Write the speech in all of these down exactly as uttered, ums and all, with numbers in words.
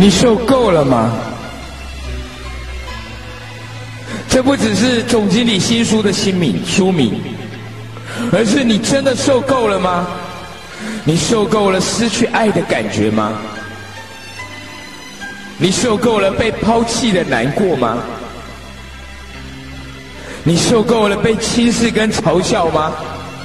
你受够了吗？这不只是总经理新书的新名书名，而是你真的受够了吗？你受够了失去爱的感觉吗？你受够了被抛弃的难过吗？你受够了被轻视跟嘲笑吗？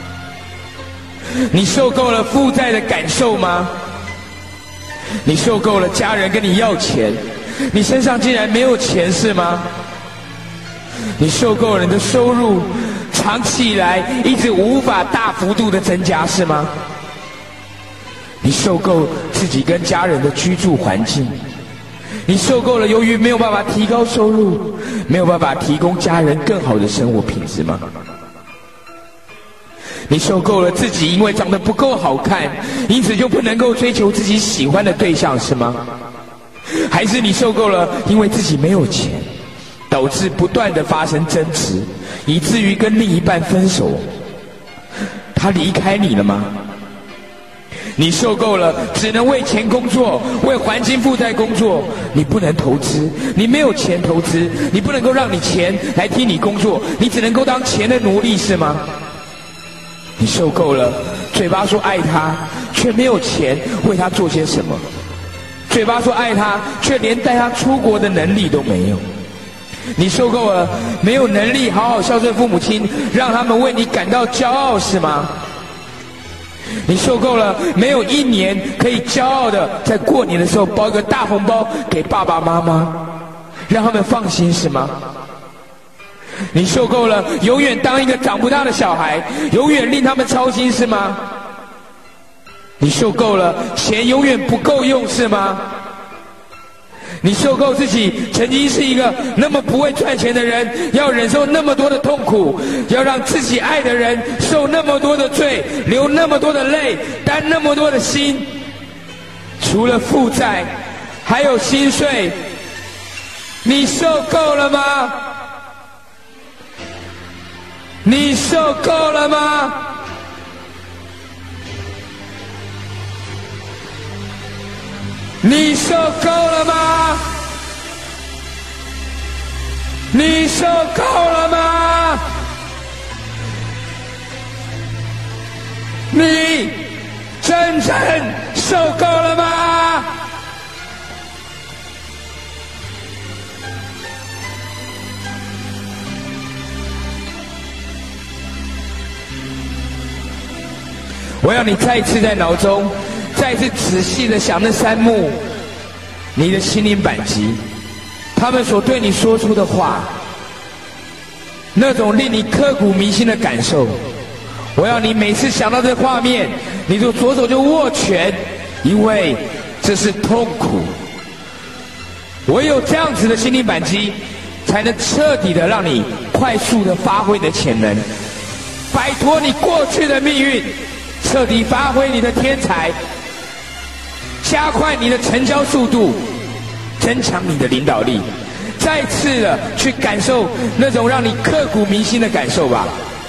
你受够了负债的感受吗？你受够了家人跟你要钱，你身上竟然没有钱是吗？你受够了你的收入长期以来一直无法大幅度的增加是吗？你受够自己跟家人的居住环境，你受够了由于没有办法提高收入，没有办法提供家人更好的生活品质吗？你受够了自己因为长得不够好看，因此就不能够追求自己喜欢的对象是吗？还是你受够了因为自己没有钱，导致不断的发生争执，以至于跟另一半分手，他离开你了吗？你受够了只能为钱工作，为还清负债工作，你不能投资，你没有钱投资，你不能够让你钱来替你工作，你只能够当钱的奴隶是吗？你受够了嘴巴说爱他，却没有钱为他做些什么，嘴巴说爱他，却连带他出国的能力都没有。你受够了没有能力好好孝顺父母亲，让他们为你感到骄傲是吗？你受够了没有一年可以骄傲的在过年的时候包一个大红包给爸爸妈妈，让他们放心是吗？你受够了永远当一个长不大的小孩，永远令他们操心是吗？你受够了钱永远不够用是吗？你受够自己曾经是一个那么不会赚钱的人，要忍受那么多的痛苦，要让自己爱的人受那么多的罪，流那么多的泪，担那么多的心，除了负债还有心碎，你受够了吗？你受够了吗？你受够了吗？你受够了吗？你真正受够了吗？我要你再一次在脑中再次仔细的想那三幕，你的心灵板级，他们所对你说出的话，那种令你刻骨铭心的感受。我要你每次想到这画面，你就左手就握拳，因为这是痛苦。唯有这样子的心灵板级，才能彻底的让你快速的发挥你的潜能，摆脱你过去的命运，彻底发挥你的天才，加快你的成交速度，增强你的领导力，再次的去感受那种让你刻骨铭心的感受吧。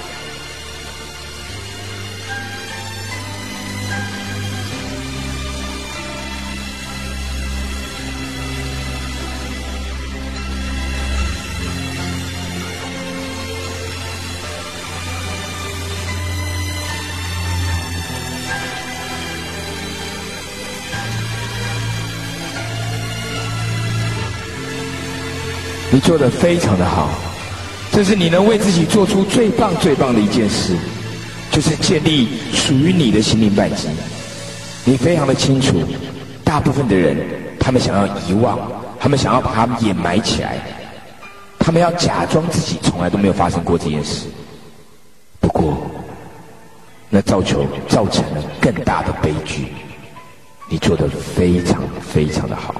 你做得非常的好，这是你能为自己做出最棒最棒的一件事，就是建立属于你的心灵板级。你非常的清楚，大部分的人他们想要遗忘，他们想要把它们掩埋起来，他们要假装自己从来都没有发生过这件事。不过那造就造成了更大的悲剧。你做得非常非常的好。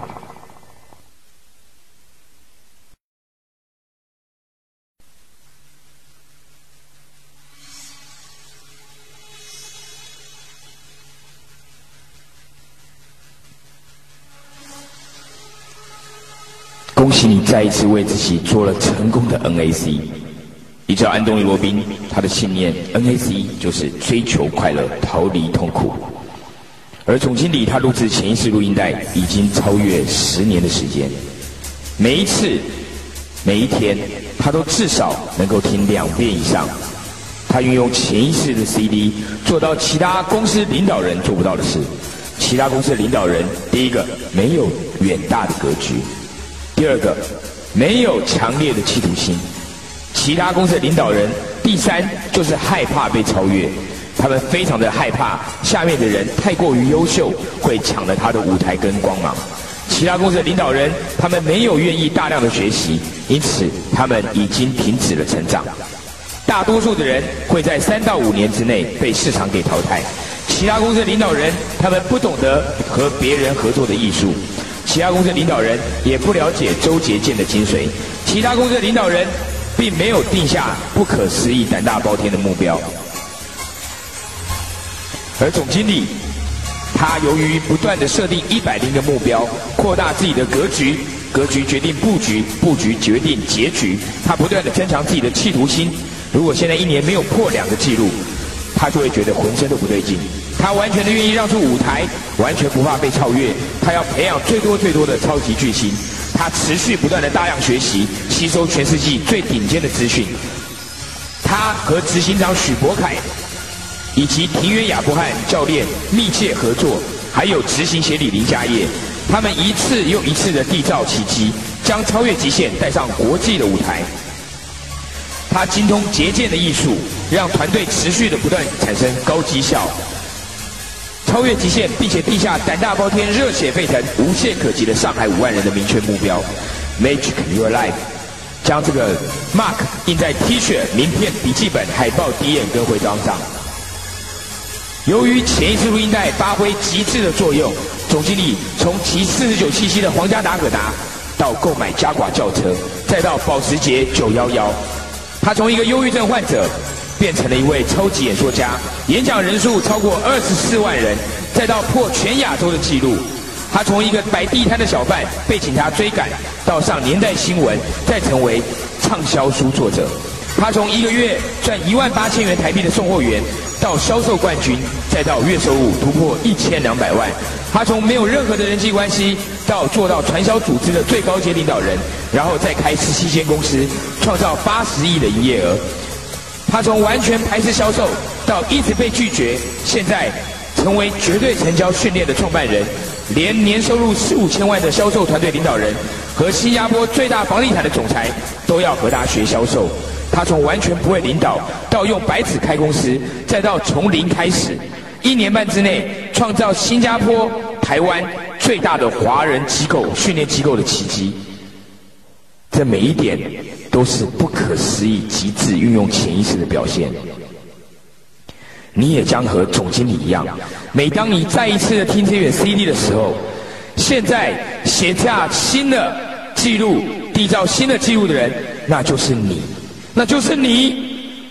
恭喜你再一次为自己做了成功的 N A C。 依照安东尼·罗宾他的信念， N A C 就是追求快乐，逃离痛苦。 而总经理他录制潜意识录音带已经超越十年的时间，每一次、每一天，他都至少能够听两遍以上。他运用潜意识的 C D 做到其他公司领导人做不到的事。其他公司的领导人，第一个没有远大的格局，第二个没有强烈的企图心。其他公司的领导人，第三就是害怕被超越，他们非常的害怕下面的人太过于优秀，会抢了他的舞台跟光芒。其他公司的领导人，他们没有愿意大量的学习，因此他们已经停止了成长。大多数的人会在三到五年之内被市场给淘汰。其他公司的领导人，他们不懂得和别人合作的艺术。其他公司的领导人也不了解周杰健的精髓。其他公司的领导人并没有定下不可思议、胆大包天的目标。而总经理，他由于不断的设定一百零个目标，扩大自己的格局，格局决定布局，布局决定结局。他不断的增强自己的企图心。如果现在一年没有破两个记录，他就会觉得浑身都不对劲。他完全的愿意让出舞台，完全不怕被超越。他要培养最多最多的超级巨星。他持续不断的大量学习，吸收全世界最顶尖的资讯。他和执行长许博凯以及庭园亚伯汉教练密切合作，还有执行协理林家业，他们一次又一次的缔造奇迹，将超越极限带上国际的舞台。他精通节俭的艺术，让团队持续的不断产生高绩效，超越极限，并且定下胆大包天、热血沸腾、无懈可击的上海五万人的明确目标。Magic Your Life， 将这个 mark 印在 T 恤、名片、笔记本、海报、底眼跟徽章上。由于潜意识录音带发挥极致的作用，总经理从骑四十九 C C 的皇家达可达，到购买加挂轿车，再到保时捷九一一。他从一个忧郁症患者变成了一位超级演说家，演讲人数超过二十四万人，再到破全亚洲的纪录。他从一个摆地摊的小贩被警察追赶，到上年代新闻，再成为畅销书作者。他从一个月赚一万八千元台币的送货员，到销售冠军，再到月收入突破一千两百万。他从没有任何的人际关系，到做到传销组织的最高阶领导人，然后再开十七间公司，创造八十亿的营业额。他从完全排斥销售，到一直被拒绝，现在成为绝对成交训练的创办人，连年收入四五千万的销售团队领导人和新加坡最大房地产的总裁都要和他学销售。他从完全不会领导，到用白纸开公司，再到从零开始，一年半之内创造新加坡、台湾最大的华人机构训练机构的奇迹。这每一点都是不可思议、极致运用潜意识的表现。你也将和总经理一样，每当你再一次的听这卷 C D 的时候，现在写下新的记录、缔造新的记录的人，那就是你。那就是你。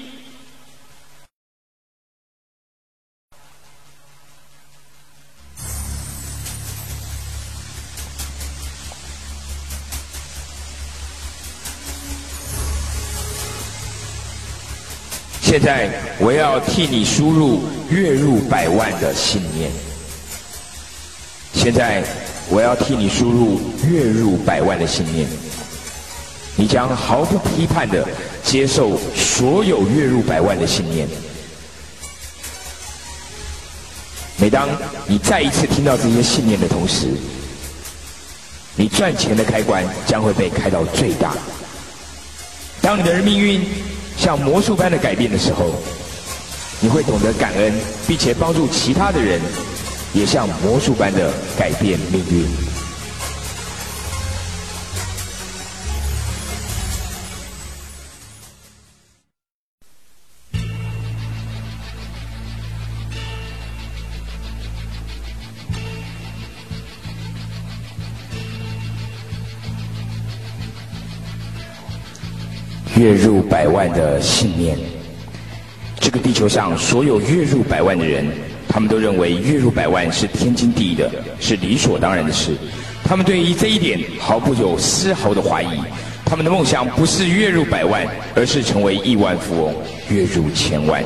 现在我要替你输入月入百万的信念。现在我要替你输入月入百万的信念。你将毫不批判地接受所有月入百万的信念。每当你再一次听到这些信念的同时，你赚钱的开关将会被开到最大。当你的命运像魔术般的改变的时候，你会懂得感恩，并且帮助其他的人也像魔术般的改变命运。月入百万的信念。这个地球上所有月入百万的人，他们都认为月入百万是天经地义的，是理所当然的事。他们对于这一点毫不有丝毫的怀疑。他们的梦想不是月入百万，而是成为亿万富翁，月入千万。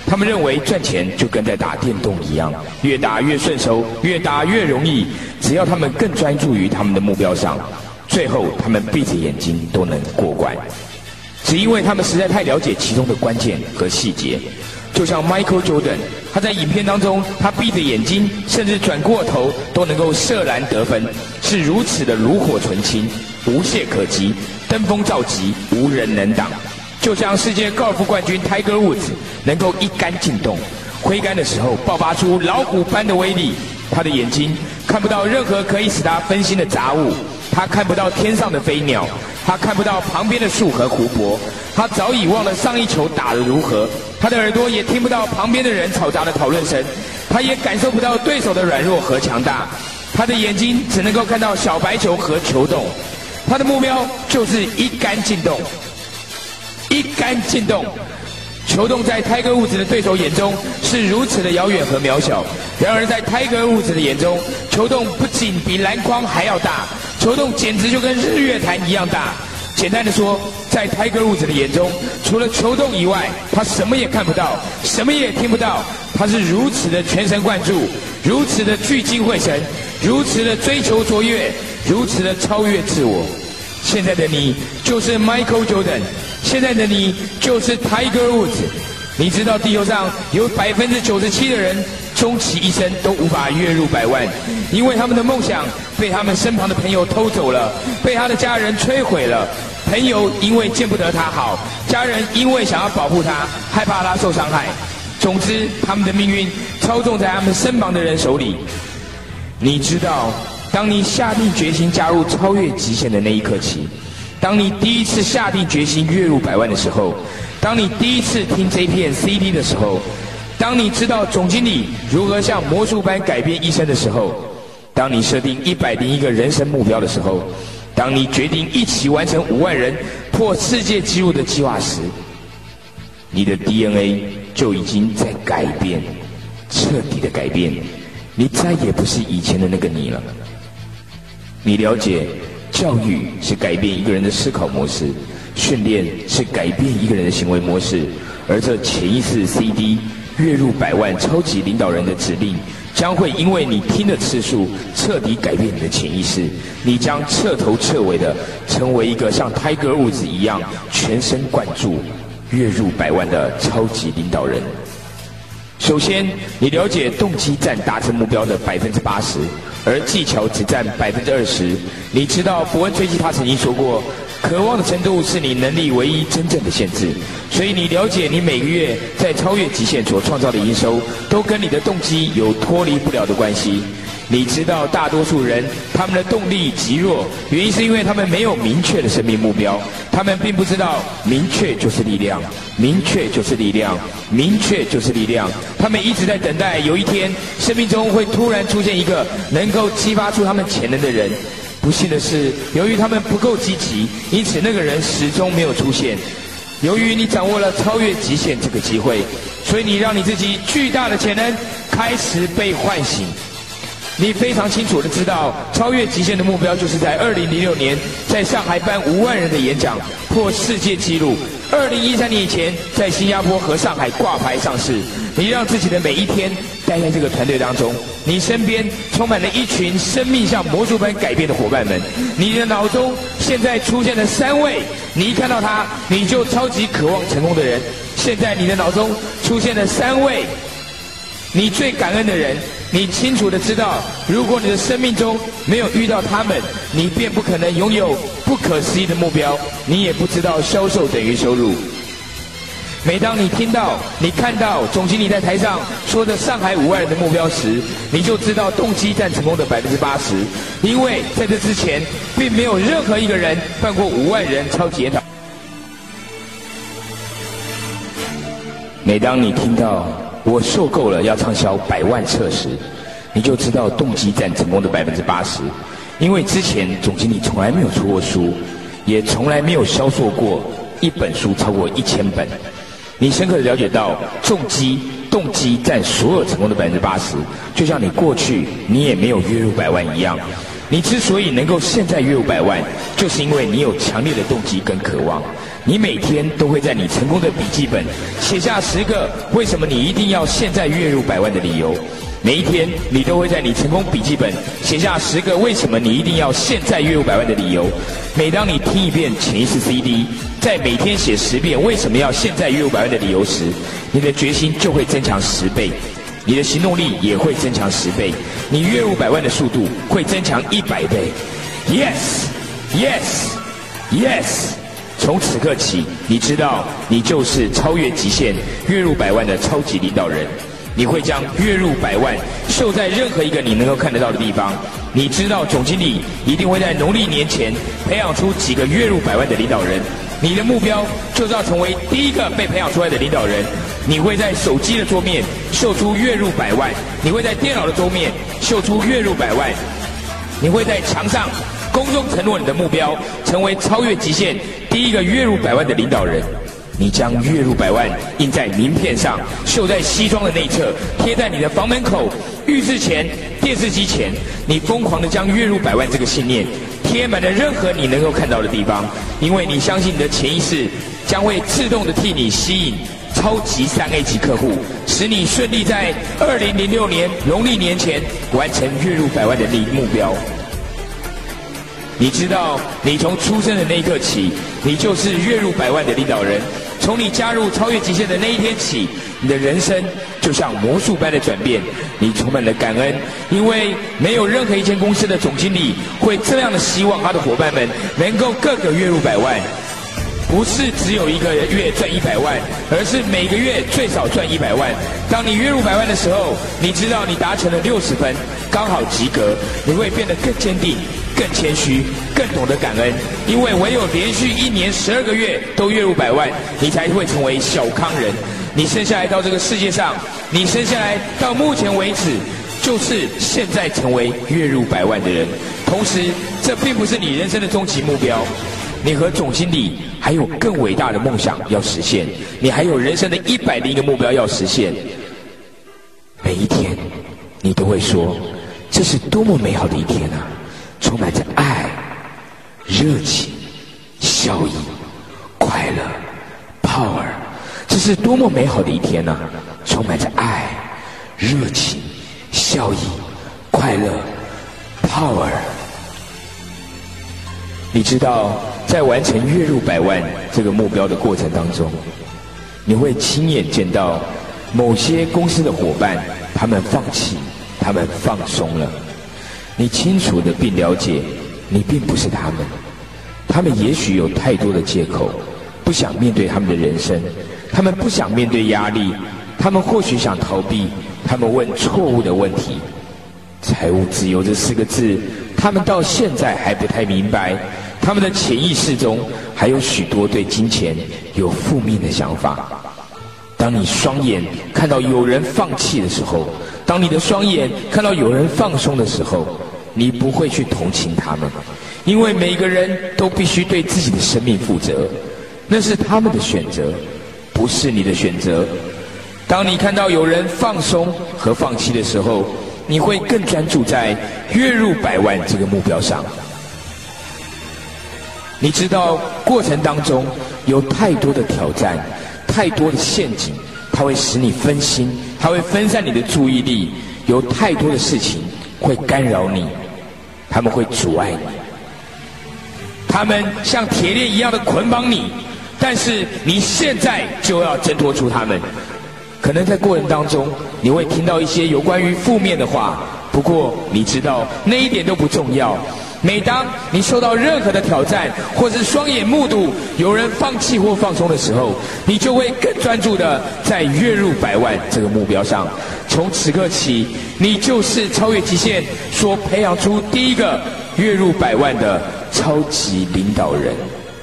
他们认为赚钱就跟在打电动一样，越打越顺手，越打越容易。只要他们更专注于他们的目标上，最后他们闭着眼睛都能过关。只因为他们实在太了解其中的关键和细节。就像 Michael Jordan， 他在影片当中，他闭着眼睛，甚至转过头都能够射篮得分，是如此的炉火纯青，无懈可击，登峰造极，无人能挡。就像世界高尔夫冠军 Tiger Woods 能够一杆进洞，挥杆的时候爆发出老虎般的威力。他的眼睛看不到任何可以使他分心的杂物，他看不到天上的飞鸟，他看不到旁边的树和湖泊，他早已忘了上一球打得如何。他的耳朵也听不到旁边的人嘈杂的讨论声，他也感受不到对手的软弱和强大。他的眼睛只能够看到小白球和球洞，他的目标就是一杆进洞。一杆进洞，球洞在 Tiger Woods 的对手眼中是如此的遥远和渺小。然而在 Tiger Woods 的眼中，球洞不仅比篮筐还要大，球洞简直就跟日月潭一样大。简单的说，在 Tiger Woods 的眼中，除了球洞以外，他什么也看不到，什么也听不到。他是如此的全神贯注，如此的聚精会神，如此的追求卓越，如此的超越自我。现在的你就是 Michael Jordan， 现在的你就是 Tiger Woods。你知道地球上有百分之九十七的人终其一生都无法月入百万，因为他们的梦想被他们身旁的朋友偷走了，被他的家人摧毁了。朋友因为见不得他好，家人因为想要保护他，害怕他受伤害。总之，他们的命运操纵在他们身旁的人手里。你知道，当你下定决心加入超越极限的那一刻起，当你第一次下定决心月入百万的时候，当你第一次听这片 C D 的时候，当你知道总经理如何像魔术般改变一生的时候，当你设定一百零一个人生目标的时候，当你决定一起完成五万人破世界纪录的计划时，你的 D N A 就已经在改变，彻底的改变。你再也不是以前的那个你了。你了解，教育是改变一个人的思考模式，训练是改变一个人的行为模式，而这潜意识 C D 月入百万超级领导人的指令，将会因为你听的次数彻底改变你的潜意识，你将彻头彻尾的成为一个像 Tiger Woods 一样全神贯注月入百万的超级领导人。首先，你了解动机占达成目标的百分之八十，而技巧只占百分之二十。你知道伯恩·崔吉他曾经说过，渴望的程度是你能力唯一真正的限制。所以你了解，你每个月在超越极限所创造的营收，都跟你的动机有脱离不了的关系。你知道，大多数人他们的动力极弱，原因是因为他们没有明确的生命目标，他们并不知道明确就是力量，明确就是力量，明确就是力量。他们一直在等待有一天生命中会突然出现一个能够激发出他们潜能的人。不幸的是，由于他们不够积极，因此那个人始终没有出现。由于你掌握了超越极限这个机会，所以你让你自己巨大的潜能开始被唤醒。你非常清楚的知道，超越极限的目标就是在二零零六年在上海办五万人的演讲，破世界纪录。二零一三年以前，在新加坡和上海挂牌上市。你让自己的每一天待在这个团队当中，你身边充满了一群生命像魔术般改变的伙伴们。你的脑中现在出现了三位，你一看到他，你就超级渴望成功的人。现在你的脑中出现了三位你最感恩的人，你清楚的知道，如果你的生命中没有遇到他们，你便不可能拥有不可思议的目标，你也不知道销售等于收入。每当你听到、你看到总经理在台上说的上海五万人的目标时，你就知道动机占成功的百分之八十，因为在这之前，并没有任何一个人办过五万人超级研讨。每当你听到我受够了要畅销百万册时，你就知道动机占成功的百分之八十，因为之前总经理从来没有出过书，也从来没有销售过一本书超过一千本。你深刻的了解到，动机动机占所有成功的百分之八十，就像你过去你也没有月入百万一样。 你之所以能够现在月入百万，就是因为你有强烈的动机跟渴望。你每天都会在你成功的笔记本写下十个为什么你一定要现在月入百万的理由。每一天，你都会在你成功笔记本写下十个为什么你一定要现在月入百万的理由。每当你听一遍潜意识 C D， 在每天写十遍为什么要现在月入百万的理由时，你的决心就会增强十倍，你的行动力也会增强十倍，你月入百万的速度会增强一百倍。Yes, yes, yes。从此刻起，你知道你就是超越极限、月入百万的超级领导人。你会将月入百万绣在任何一个你能够看得到的地方。你知道总经理一定会在农历年前培养出几个月入百万的领导人。你的目标就是要成为第一个被培养出来的领导人。你会在手机的桌面绣出月入百万，你会在电脑的桌面绣出月入百万，你会在墙上公众承诺你的目标，成为超越极限第一个月入百万的领导人。你将月入百万印在名片上，绣在西装的内侧，贴在你的房门口、浴室前、电视机前。你疯狂地将月入百万这个信念贴满了任何你能够看到的地方，因为你相信你的潜意识将会自动地替你吸引超级三 A 级客户，使你顺利在二零零六年农历年前完成月入百万的目标。你知道，你从出生的那一刻起，你就是月入百万的领导人。从你加入超越极限的那一天起，你的人生就像魔术般的转变。你充满了感恩，因为没有任何一间公司的总经理会这样的希望他的伙伴们能够个个月入百万。不是只有一个月赚一百万，而是每个月最少赚一百万。当你月入百万的时候，你知道你达成了六十分，刚好及格。你会变得更坚定、更谦虚、更懂得感恩，因为唯有连续一年十二个月都月入百万，你才会成为小康人。你生下来到这个世界上，你生下来到目前为止，就是现在成为月入百万的人。同时，这并不是你人生的终极目标。你和总经理还有更伟大的梦想要实现，你还有人生的一百零一个目标要实现。每一天，你都会说，这是多么美好的一天啊！充满着爱、热情、笑意、快乐、power， 这是多么美好的一天啊！充满着爱、热情、笑意、快乐、power。你知道，在完成月入百万这个目标的过程当中，你会亲眼见到某些公司的伙伴，他们放弃，他们放松了。你清楚的并了解，你并不是他们。他们也许有太多的借口，不想面对他们的人生，他们不想面对压力，他们或许想逃避，他们问错误的问题。财务自由这四个字，他们到现在还不太明白。他们的潜意识中还有许多对金钱有负面的想法。当你双眼看到有人放弃的时候，当你的双眼看到有人放松的时候，你不会去同情他们，因为每个人都必须对自己的生命负责，那是他们的选择，不是你的选择。当你看到有人放松和放弃的时候，你会更专注在月入百万这个目标上。你知道过程当中有太多的挑战，太多的陷阱，它会使你分心，它会分散你的注意力，有太多的事情会干扰你，他们会阻碍你，他们像铁链一样的捆绑你，但是你现在就要挣脱出他们。可能在过程当中你会听到一些有关于负面的话，不过你知道那一点都不重要。每当你受到任何的挑战，或是双眼目睹有人放弃或放松的时候，你就会更专注的在月入百万这个目标上。从此刻起，你就是超越极限所培养出第一个月入百万的超级领导人。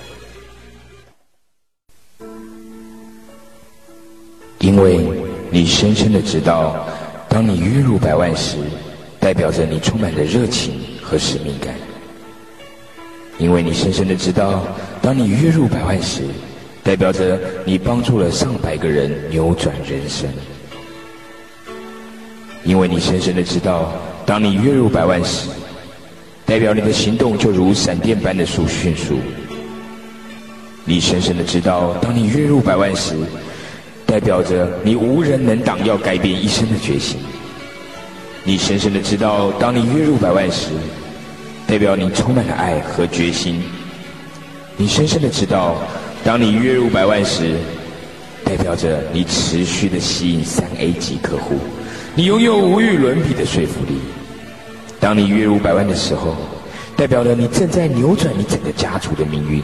因为你深深的知道，当你月入百万时，代表着你充满了热情和使命感。因为你深深的知道，当你月入百万时，代表着你帮助了上百个人扭转人生。因为你深深的知道，当你月入百万时， 代表你的行动就如闪电般的速迅速。你深深的知道，当你月入百万时，代表着你无人能挡要改变一生的决心。你深深的知道，当你月入百万时，代表你充满了爱和决心。你深深的知道，当你月入百万时，代表着你持续的吸引三 A 级客户，你拥有无与伦比的说服力。当你月入百万的时候，代表了你正在扭转你整个家族的命运。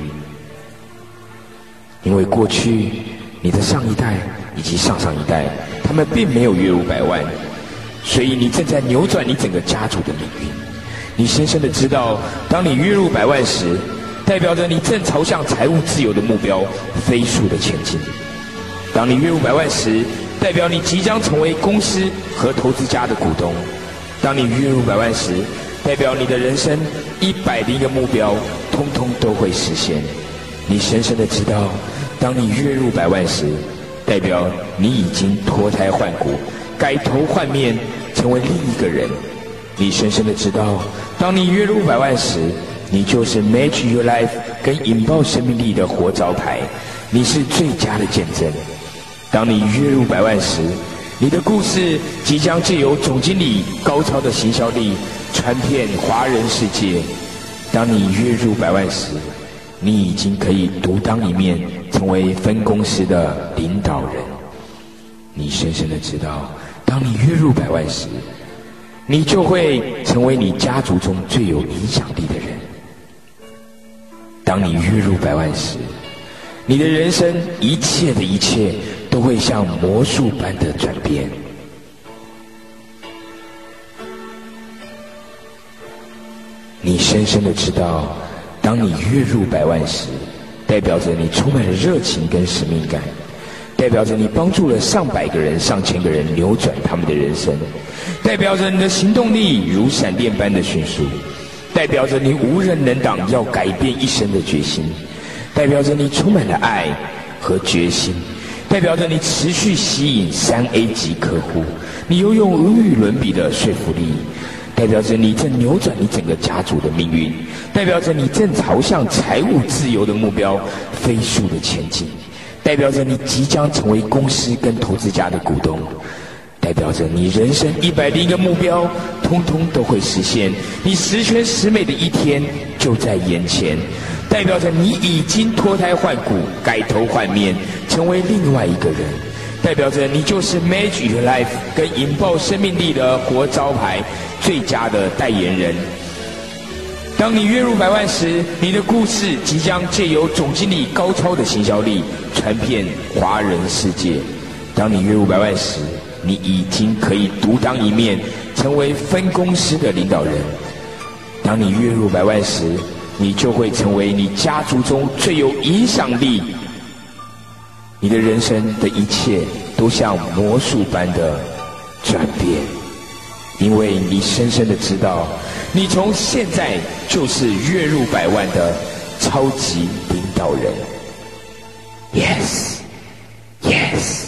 因为过去你的上一代以及上上一代，他们并没有月入百万，所以你正在扭转你整个家族的命运。你深深的知道，当你月入百万时，代表着你正朝向财务自由的目标飞速的前进。当你月入百万时，代表你即将成为公司和投资家的股东。当你月入百万时，代表你的人生一百零一个目标通通都会实现。你深深的知道，当你月入百万时，代表你已经脱胎换骨，改头换面，成为另一个人。你深深的知道，当你月入百万时，你就是 Match Your Life 跟引爆生命力的活招牌，你是最佳的见证。当你月入百万时，你的故事即将借由总经理高超的行销力传遍华人世界。当你月入百万时，你已经可以独当一面，成为分公司的领导人。你深深的知道，当你月入百万时，你就会成为你家族中最有影响力的人。当你月入百万时，你的人生一切的一切都会像魔术般的转变。你深深的知道，当你月入百万时，代表着你充满了热情跟使命感，代表着你帮助了上百个人、上千个人扭转他们的人生，代表着你的行动力如闪电般的迅速，代表着你无人能挡要改变一生的决心，代表着你充满了爱和决心，代表着你持续吸引三 A 级客户，你拥有无与伦比的说服力，代表着你正扭转你整个家族的命运，代表着你正朝向财务自由的目标飞速的前进，代表着你即将成为公司跟投资家的股东，代表着你人生一百零一个目标通通都会实现，你十全十美的一天就在眼前，代表着你已经脱胎换骨，改头换面，成为另外一个人，代表着你就是 Match Your Life 跟引爆生命力的活招牌，最佳的代言人。当你月入百万时，你的故事即将借由总经理高超的行销力传遍华人世界。当你月入百万时，你已经可以独当一面，成为分公司的领导人。当你月入百万时，你就会成为你家族中最有影响力。你的人生的一切都像魔术般的转变，因为你深深的知道，你从现在就是月入百万的超级领导人。Yes, yes。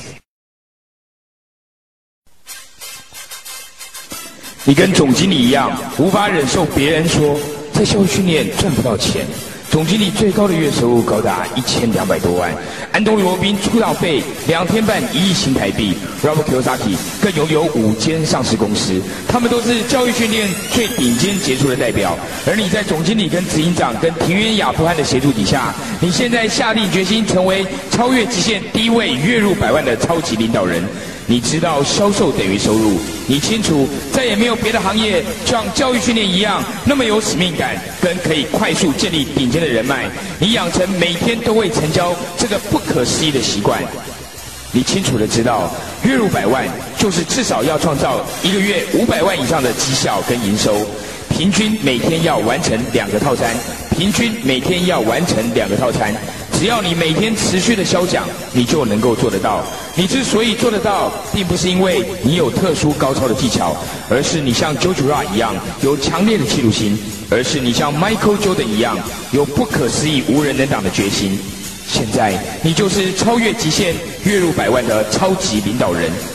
你跟总经理一样，无法忍受别人说在教育训练赚不到钱。总经理最高的月收入高达一千两百多万，安东尼罗宾出道费两天半一亿新台币 ，Robert Kiyosaki 更拥有五间上市公司，他们都是教育训练最顶尖杰出的代表。而你在总经理跟执行长跟庭园亚夫汉的协助底下，你现在下定决心成为超越极限第一位月入百万的超级领导人。你知道销售等于收入，你清楚再也没有别的行业像教育训练一样那么有使命感，跟可以快速建立顶尖的人脉。你养成每天都会成交这个不可思议的习惯。你清楚的知道，月入百万就是至少要创造一个月五百万以上的绩效跟营收，平均每天要完成两个套餐，平均每天要完成两个套餐。只要你每天持续的销奖，你就能够做得到。你之所以做得到，并不是因为你有特殊高超的技巧，而是你像 Joshua 一样有强烈的企图心，而是你像 Michael Jordan 一样有不可思议无人能挡的决心。现在你就是超越极限月入百万的超级领导人。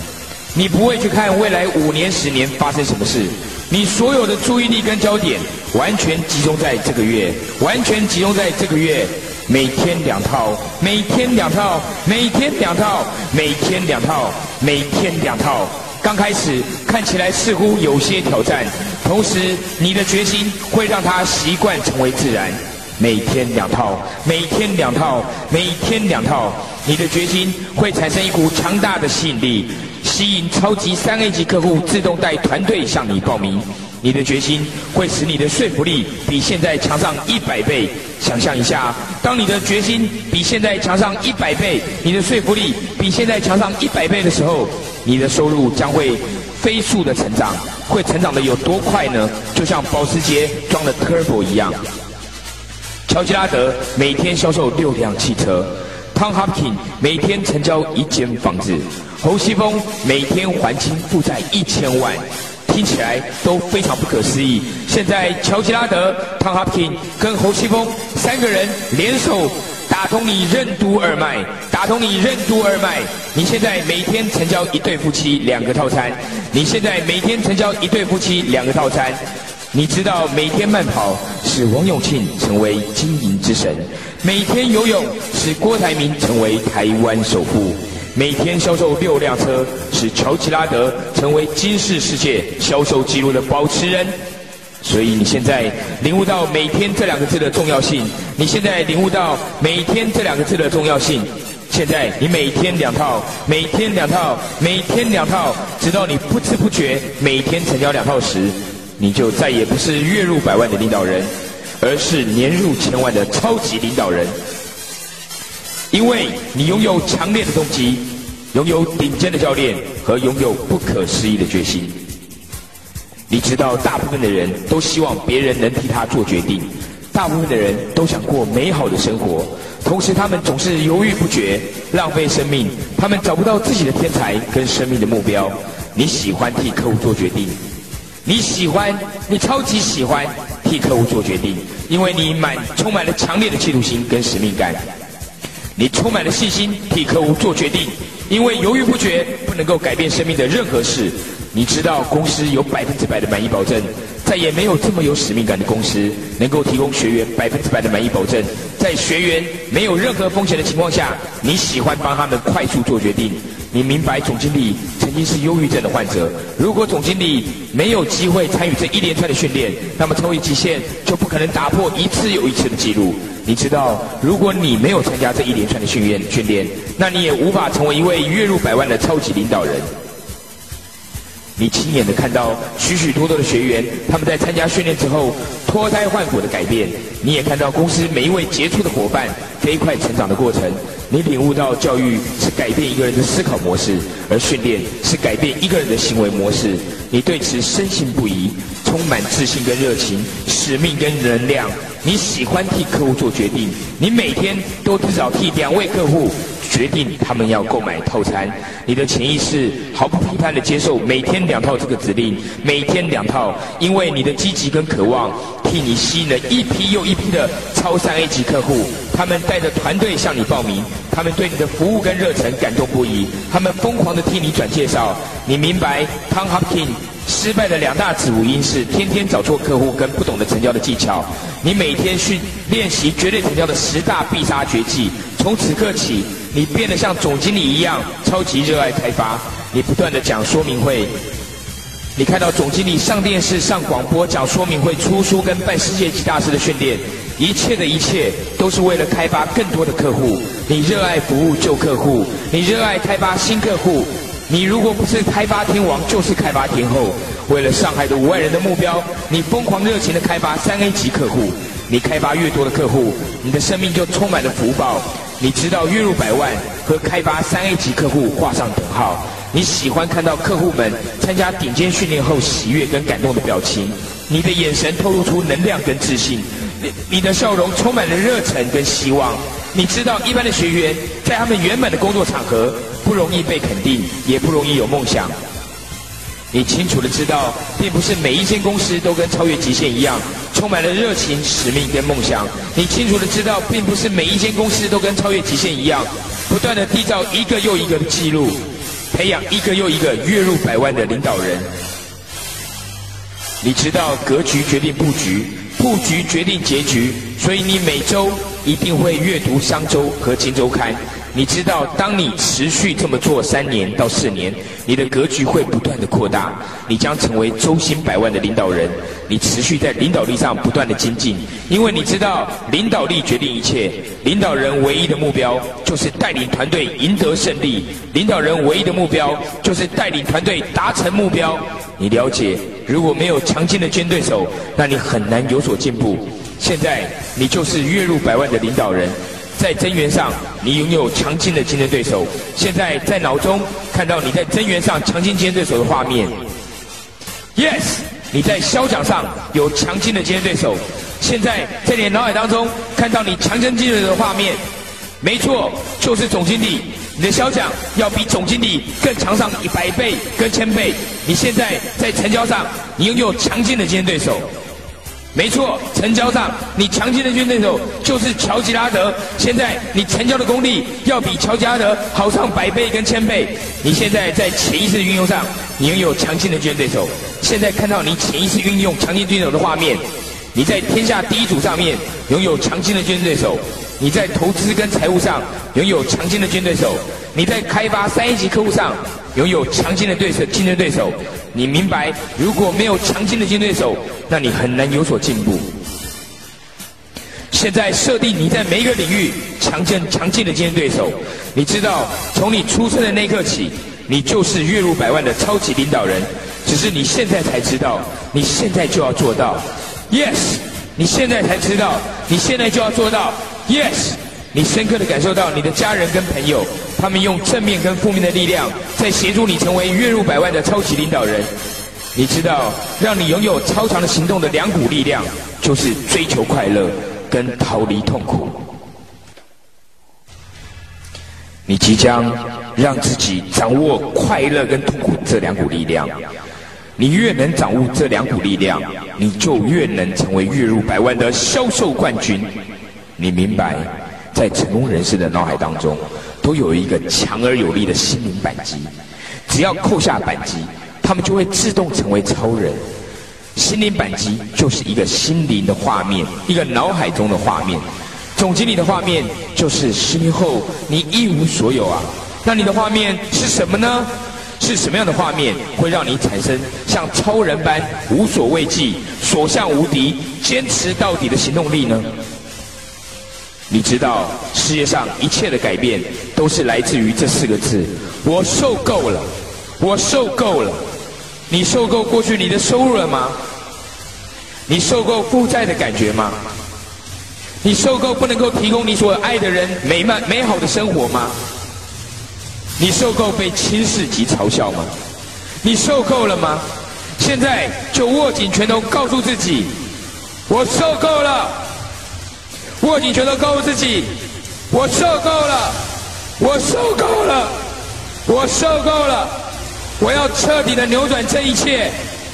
你不会去看未来五年、十年发生什么事，你所有的注意力跟焦点完全集中在这个月，完全集中在这个月。每天两套，每天两套，每天两套，每天两套，每天两套。刚开始看起来似乎有些挑战，同时你的决心会让它习惯成为自然。每天两套，每天两套，每天两套，你的决心会产生一股强大的吸引力，吸引超级三 A 级客户自动带团队向你报名。你的决心会使你的说服力比现在强上一百倍。想象一下，当你的决心比现在强上一百倍，你的说服力比现在强上一百倍的时候，你的收入将会飞速的成长。会成长的有多快呢？就像保时捷装了 Turbo 一样。乔吉拉德每天销售六辆汽车， Tom Hopkins 每天成交一间房子，侯西峰每天还清负债一千万。听起来都非常不可思议。现在乔吉拉德、Tom Hopkins 跟侯西峰三个人联手打通你任督二脉，打通你任督二脉。你现在每天成交一对夫妻两个套餐，你现在每天成交一对夫妻两个套餐。你知道每天慢跑使王永庆成为经营之神，每天游泳使郭台铭成为台湾首富。每天销售六辆车，使乔吉拉德成为金氏世界销售纪录的保持人。所以你现在领悟到每天这两个字的重要性，你现在领悟到每天这两个字的重要性。现在你每天两套，每天两套，每天两套，直到你不知不觉每天成交两套时，你就再也不是月入百万的领导人，而是年入千万的超级领导人。因为你拥有强烈的动机，拥有顶尖的教练和拥有不可思议的决心。你知道大部分的人都希望别人能替他做决定，大部分的人都想过美好的生活，同时他们总是犹豫不决，浪费生命，他们找不到自己的天才跟生命的目标。你喜欢替客户做决定，你喜欢，你超级喜欢替客户做决定，因为你满充满了强烈的企图心跟使命感。你充满了信心替客户做决定，因为犹豫不决不能够改变生命的任何事。你知道公司有百分之百的满意保证，再也没有这么有使命感的公司能够提供学员百分之百的满意保证。在学员没有任何风险的情况下，你喜欢帮他们快速做决定。你明白总经理曾经是忧郁症的患者，如果总经理没有机会参与这一连串的训练，那么超越极限就不可能打破一次又一次的记录。你知道，如果你没有参加这一连串的训练训练，那你也无法成为一位月入百万的超级领导人。你亲眼的看到许许多多的学员，他们在参加训练之后脱胎换骨的改变。你也看到公司每一位杰出的伙伴飞快成长的过程。你领悟到教育是改变一个人的思考模式，而训练是改变一个人的行为模式。你对此深信不疑，充满自信跟热情，使命跟能量。你喜欢替客户做决定，你每天都至少替两位客户决定他们要购买套餐。你的潜意识毫不批判地接受每天两套这个指令，每天两套，因为你的积极跟渴望替你吸引了一批又一批的超三 A 级客户，他们带着团队向你报名，他们对你的服务跟热忱感动不已，他们疯狂地替你转介绍。你明白 Tom Hopkins 失败的两大子无因是天天找错客户跟不懂得成交的技巧。你每天去练习绝对成交的十大必杀绝技，从此刻起，你变得像总经理一样超级热爱开发。你不断地讲说明会，你看到总经理上电视、上广播、讲说明会、出书跟办世界级大师的训练，一切的一切都是为了开发更多的客户。你热爱服务旧客户，你热爱开发新客户。你如果不是开发天王，就是开发天后。为了上海的五万人的目标，你疯狂热情的开发三 A 级客户。你开发越多的客户，你的生命就充满了福报。你知道月入百万和开发三 A 级客户画上等号。你喜欢看到客户们参加顶尖训练后喜悦跟感动的表情，你的眼神透露出能量跟自信，你你的笑容充满了热忱跟希望。你知道一般的学员在他们原本的工作场合不容易被肯定，也不容易有梦想。你清楚的知道，并不是每一间公司都跟超越极限一样充满了热情、使命跟梦想。你清楚的知道，并不是每一间公司都跟超越极限一样不断的缔造一个又一个的记录， 培养一个又一个月入百万的领导人。你知道格局决定布局，布局决定结局，所以你每周一定会阅读商周和金周刊。你知道，当你持续这么做三年到四年，你的格局会不断的扩大，你将成为周薪百万的领导人。你持续在领导力上不断的精进，因为你知道领导力决定一切。领导人唯一的目标就是带领团队赢得胜利，领导人唯一的目标就是带领团队达成目标。你了解，如果没有强劲的竞争对手，那你很难有所进步。现在你就是月入百万的领导人。在增援上，你拥有强劲的竞争对手。现在在脑中看到你在增援上强劲竞争对手的画面。Yes， 你在销奖上有强劲的竞争对手。现在在你的脑海当中看到你强劲竞争对手的画面。没错，就是总经理。你的销奖要比总经理更强上一百倍跟千倍。你现在在成交上，你拥有强劲的竞争对手。没错，成交上你强劲的竞争对手就是乔吉拉德。现在你成交的功力要比乔吉拉德好上百倍跟千倍。你现在在潜意识运用上，你拥有强劲的竞争对手。现在看到你潜意识运用强劲对手的画面。你在天下第一组上面拥有强劲的竞争对手。你在投资跟财务上拥有强劲的竞争对手。你在开发三 A 级客户上拥有强劲的对手竞争对手。你明白，如果没有强劲的竞争对手，那你很难有所进步。现在设定你在每一个领域强劲强劲的竞争对手。你知道，从你出生的那一刻起，你就是月入百万的超级领导人。只是你现在才知道，你现在就要做到。Yes， 你现在才知道，你现在就要做到。Yes， 你深刻的感受到你的家人跟朋友，他们用正面跟负面的力量，在协助你成为月入百万的超级领导人。你知道，让你拥有超强的行动的两股力量，就是追求快乐跟逃离痛苦。你即将让自己掌握快乐跟痛苦这两股力量。你越能掌握这两股力量，你就越能成为月入百万的销售冠军。你明白，在成功人士的脑海当中，都有一个强而有力的心灵扳机，只要扣下扳机，他们就会自动成为超人。心灵扳机就是一个心灵的画面，一个脑海中的画面。总经理的画面就是十年后你一无所有啊，那你的画面是什么呢？是什么样的画面会让你产生像超人般无所畏惧、所向无敌、坚持到底的行动力呢？你知道，世界上一切的改变都是来自于这四个字：我受够了，我受够了。你受够过去你的收入了吗？你受够负债的感觉吗？你受够不能够提供你所爱的人美满美好的生活吗？你受够被轻视及嘲笑吗？你受够了吗？现在就握紧拳头，告诉自己：我受够了。握紧拳头，告诉自己：我受够了，我受够了，我受够了。我要彻底的扭转这一切。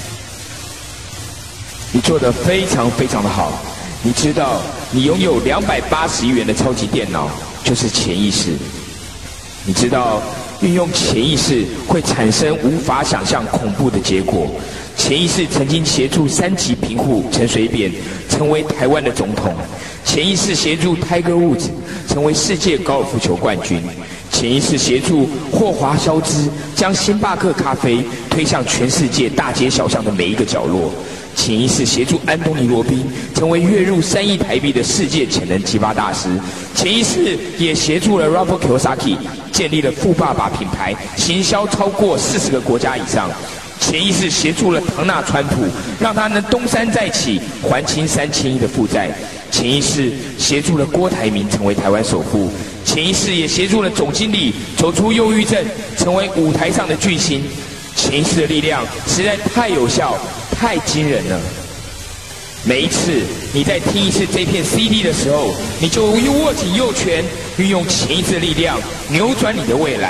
你做得非常非常的好。你知道，你拥有两百八十亿元的超级电脑，就是潜意识。你知道，运用潜意识会产生无法想象恐怖的结果。潜意识曾经协助三级贫户陈水扁成为台湾的总统。潜意识协助 Tiger Woods 成为世界高尔夫球冠军。潜意识协助霍华肖兹将星巴克咖啡推向全世界大街小巷的每一个角落。潜意识协助安东尼罗宾成为月入三亿台币的世界潜能激发大师。潜意识也协助了 Robert Kiyosaki 建立了富爸爸品牌，行销超过四十个国家以上。潜意识协助了唐纳川普，让他能东山再起，还清三千亿的负债。潜意识协助了郭台铭成为台湾首富。潜意识也协助了总经理走出忧郁症，成为舞台上的巨星。潜意识的力量实在太有效，太惊人了。每一次你在听一次这片 C D 的时候，你就握紧右拳，运用潜意识的力量扭转你的未来。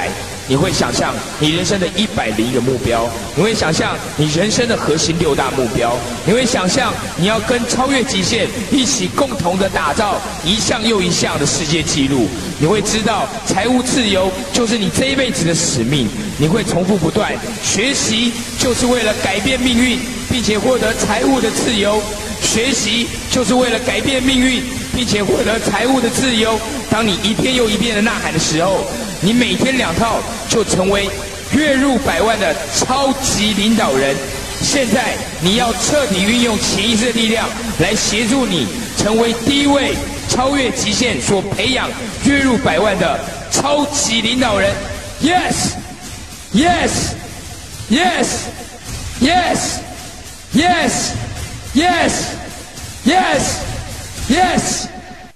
你会想象你人生的一百零一个目标，你会想象你人生的核心六大目标，你会想象你要跟超越极限一起共同的打造一项又一项的世界纪录。你会知道财务自由就是你这一辈子的使命，你会重复不断学习，就是为了改变命运，并且获得财务的自由。学习就是为了改变命运，并且获得财务的自由。当你一遍又一遍的呐喊的时候，你每天两套就成为月入百万的超级领导人。现在你要彻底运用潜意识的力量来协助你成为第一位超越极限所培养月入百万的超级领导人。 Yes Yes Yes Yes Yes Yes Yes Yes。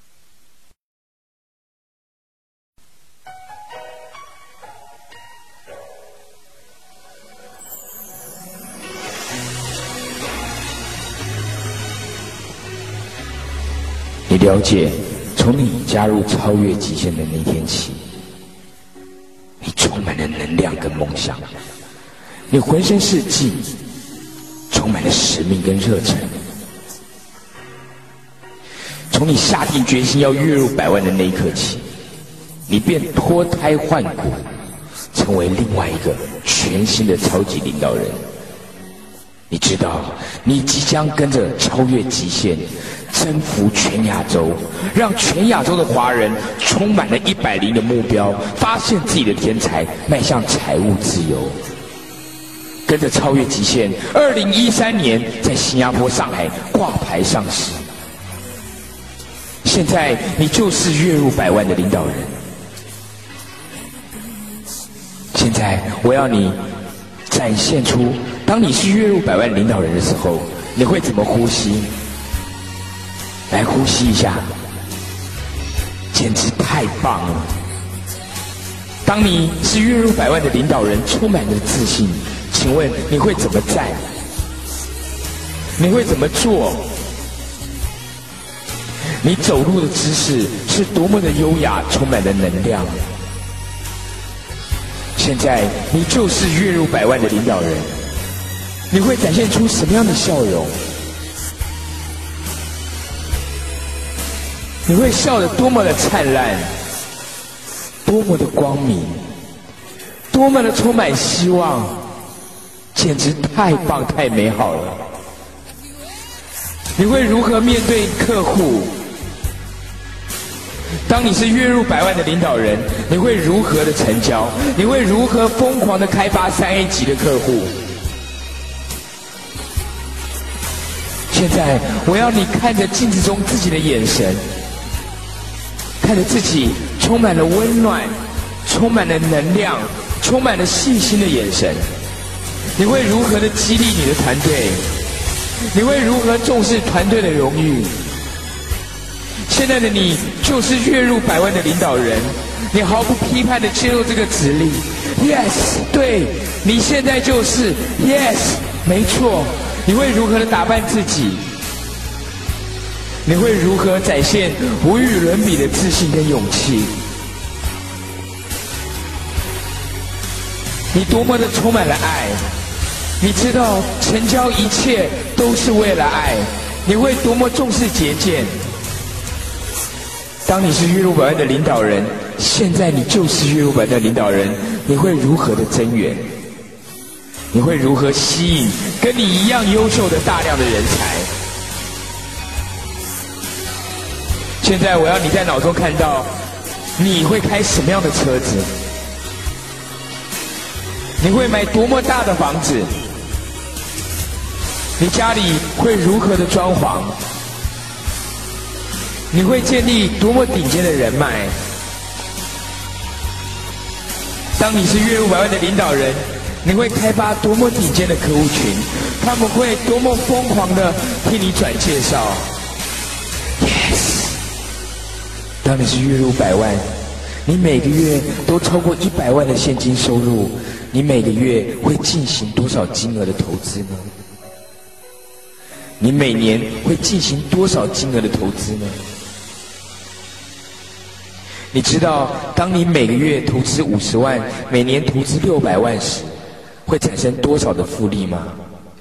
你了解，从你加入超越极限的那天起，你充满了能量跟梦想，你浑身是劲，充满了使命跟热忱。从你下定决心要月入百万的那一刻起，你便脱胎换骨，成为另外一个全新的超级领导人。你知道，你即将跟着超越极限，征服全亚洲，让全亚洲的华人充满了一百零的目标，发现自己的天才，迈向财务自由。跟着超越极限，二零一三年在新加坡、上海挂牌上市。现在你就是月入百万的领导人。现在我要你展现出，当你是月入百万领导人的时候，你会怎么呼吸？来呼吸一下，简直太棒了！当你是月入百万的领导人，充满着自信，请问你会怎么站？你会怎么做？你走路的姿势是多么的优雅，充满了能量。现在你就是月入百万的领导人，你会展现出什么样的笑容？你会笑得多么的灿烂，多么的光明，多么的充满希望，简直太棒太美好了。你会如何面对客户？当你是月入百万的领导人，你会如何的成交？你会如何疯狂的开发三 A 级的客户？现在我要你看着镜子中自己的眼神，看着自己充满了温暖，充满了能量，充满了信心的眼神。你会如何的激励你的团队？你会如何重视团队的荣誉？现在的你就是月入百万的领导人，你毫不批判的接受这个指令。 Yes， 对，你现在就是 Yes， 没错。你会如何的打扮自己？你会如何展现无与伦比的自信跟勇气？你多么的充满了爱，你知道成交一切都是为了爱，你会多么重视节俭。当你是月入百万的领导人，现在你就是月入百万的领导人，你会如何的增援？你会如何吸引跟你一样优秀的大量的人才？现在我要你在脑中看到，你会开什么样的车子？你会买多么大的房子？你家里会如何的装潢？你会建立多么顶尖的人脉？当你是月入百万的领导人，你会开发多么顶尖的客户群？他们会多么疯狂的替你转介绍 ？Yes。当你是月入百万，你每个月都超过一百万的现金收入，你每个月会进行多少金额的投资呢？你每年会进行多少金额的投资呢？ 你知道，当你每个月投资五十万，每年投资六百万时，会产生多少的复利吗？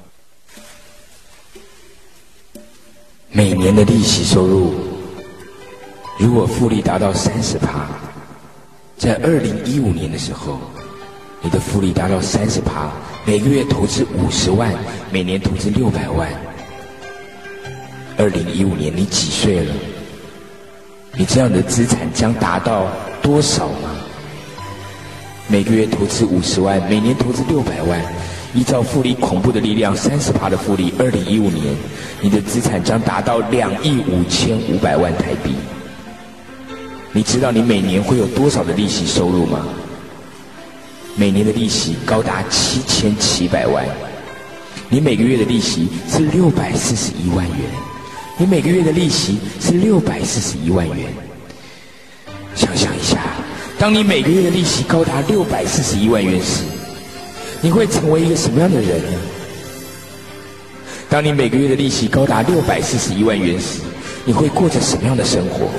每年的利息收入，如果复利达到三十趴，在二零一五年的时候，你的复利达到三十趴，每个月投资五十万，每年投资六百万。二零一五年你几岁了？你这样的资产将达到多少吗？每个月投资五十万，每年投资六百万，依照复利恐怖的力量，三十趴的复利，二零一五年你的资产将达到两亿五千五百万台币。你知道你每年会有多少的利息收入吗？每年的利息高达七千七百万。你每个月的利息是六百四十一万元。你每个月的利息是六百四十一万元。想象一下，当你每个月的利息高达六百四十一万元时，你会成为一个什么样的人呢？当你每个月的利息高达六百四十一万元时，你会过着什么样的生活？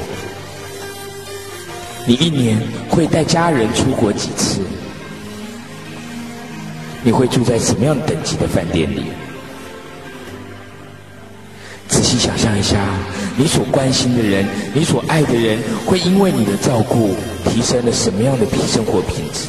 你一年会带家人出国几次？你会住在什么样等级的饭店里？仔细想象一下，你所关心的人，你所爱的人，会因为你的照顾提升了什么样的生活品质？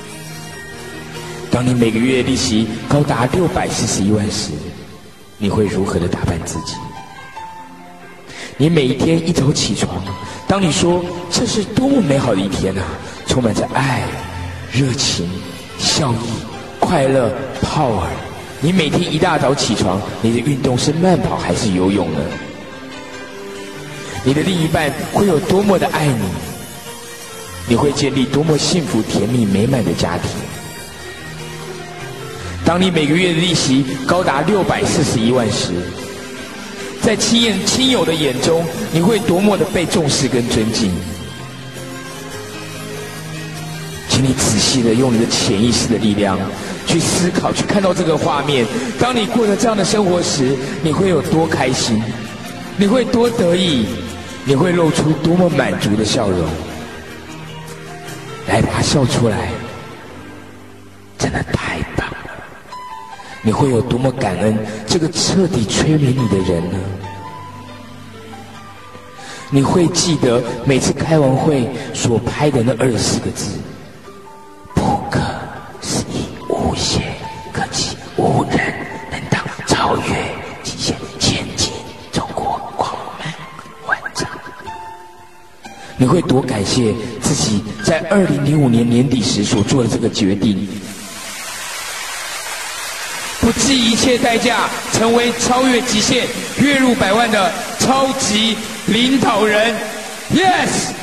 当你每个月利息高达六百四十一万时，你会如何的打扮自己？你每一天一早起床，当你说这是多么美好的一天啊，充满着爱、热情、笑意、快乐、power。你每天一大早起床，你的运动是慢跑还是游泳呢？你的另一半会有多么的爱你？你会建立多么幸福、甜蜜、美满的家庭？当你每个月的利息高达六百四十一万时，在亲眼亲友的眼中，你会多么的被重视跟尊敬？请你仔细的用你的潜意识的力量去思考，去看到这个画面。当你过着这样的生活时，你会有多开心？你会多得意？你会露出多么满足的笑容？来，把它笑出来，真的太棒了！你会有多么感恩这个彻底催眠你的人呢？你会记得每次开完会所拍的那二十四个字：不可思议，无懈可击，无人能当，超越极限，前进，中国光芒万丈。你会多感谢自己在二零零五年年底时所做的这个决定，不计一切代价成为超越极限、月入百万的超级领导人。 Yes，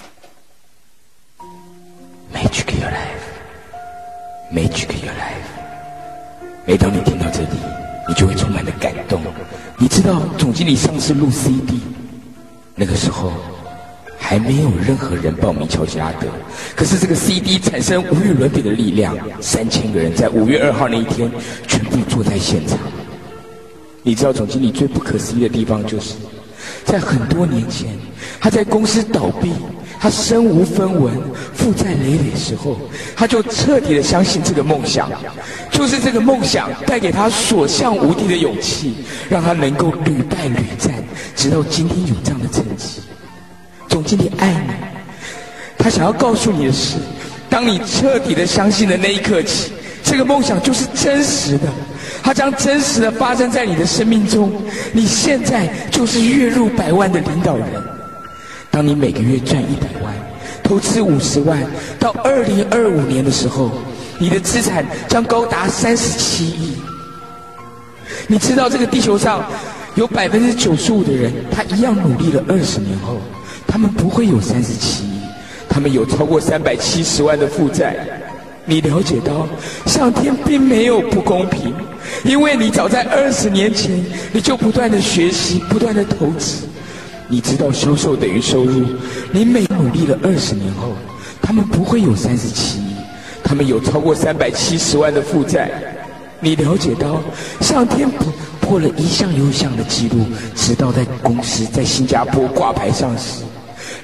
Magic your life， Magic your life。 每当你听到这里，你就会充满了感动。你知道总经理上次录 C D， 那个时候还没有任何人报名乔吉拉德，可是这个 C D 产生无与伦比的力量，三千个人在五月二号那一天全部坐在现场。你知道总经理最不可思议的地方，就是在很多年前，他在公司倒闭，他身无分文、负债累累的时候，他就彻底的相信这个梦想，就是这个梦想带给他所向无敌的勇气，让他能够屡败屡战，直到今天有这样的成绩。总经理爱你，他想要告诉你的是，当你彻底的相信的那一刻起，这个梦想就是真实的，它将真实的发生在你的生命中。你现在就是月入百万的领导人。当你每个月赚一百万，投资五十万，到二零二五年的时候，你的资产将高达三十七亿。你知道这个地球上有百分之九十五的人，他一样努力了二十年后，他们不会有三十七亿，他们有超过三百七十万的负债。你了解到，上天并没有不公平，因为你早在二十年前，你就不断的学习，不断的投资。你知道销售等于收入，你每努力了二十年后，他们不会有三十七亿，他们有超过三百七十万的负债。你了解到，上天不破了一项又一项的记录，直到在公司在新加坡挂牌上市。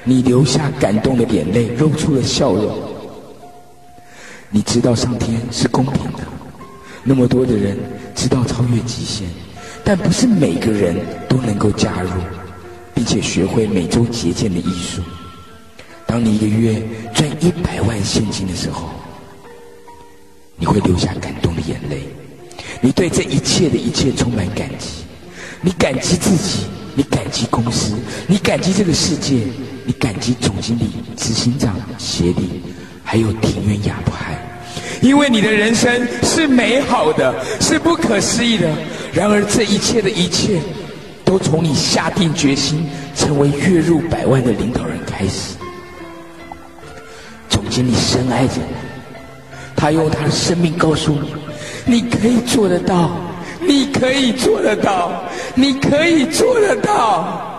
你流下感动的眼泪，露出了笑容。你知道上天是公平的，那么多的人知道超越极限，但不是每个人都能够加入，并且学会每周节俭的艺术。当你一个月赚一百万现金的时候，你会流下感动的眼泪。你对这一切的一切充满感激，你感激自己，你感激公司，你感激这个世界，你感激总经理、执行长、协理，还有庭院亚伯海，因为你的人生是美好的，是不可思议的。然而这一切的一切都从你下定决心成为月入百万的领导人开始。总经理深爱着你，他用他的生命告诉你，你可以做得到，你可以做得到，你可以做得到。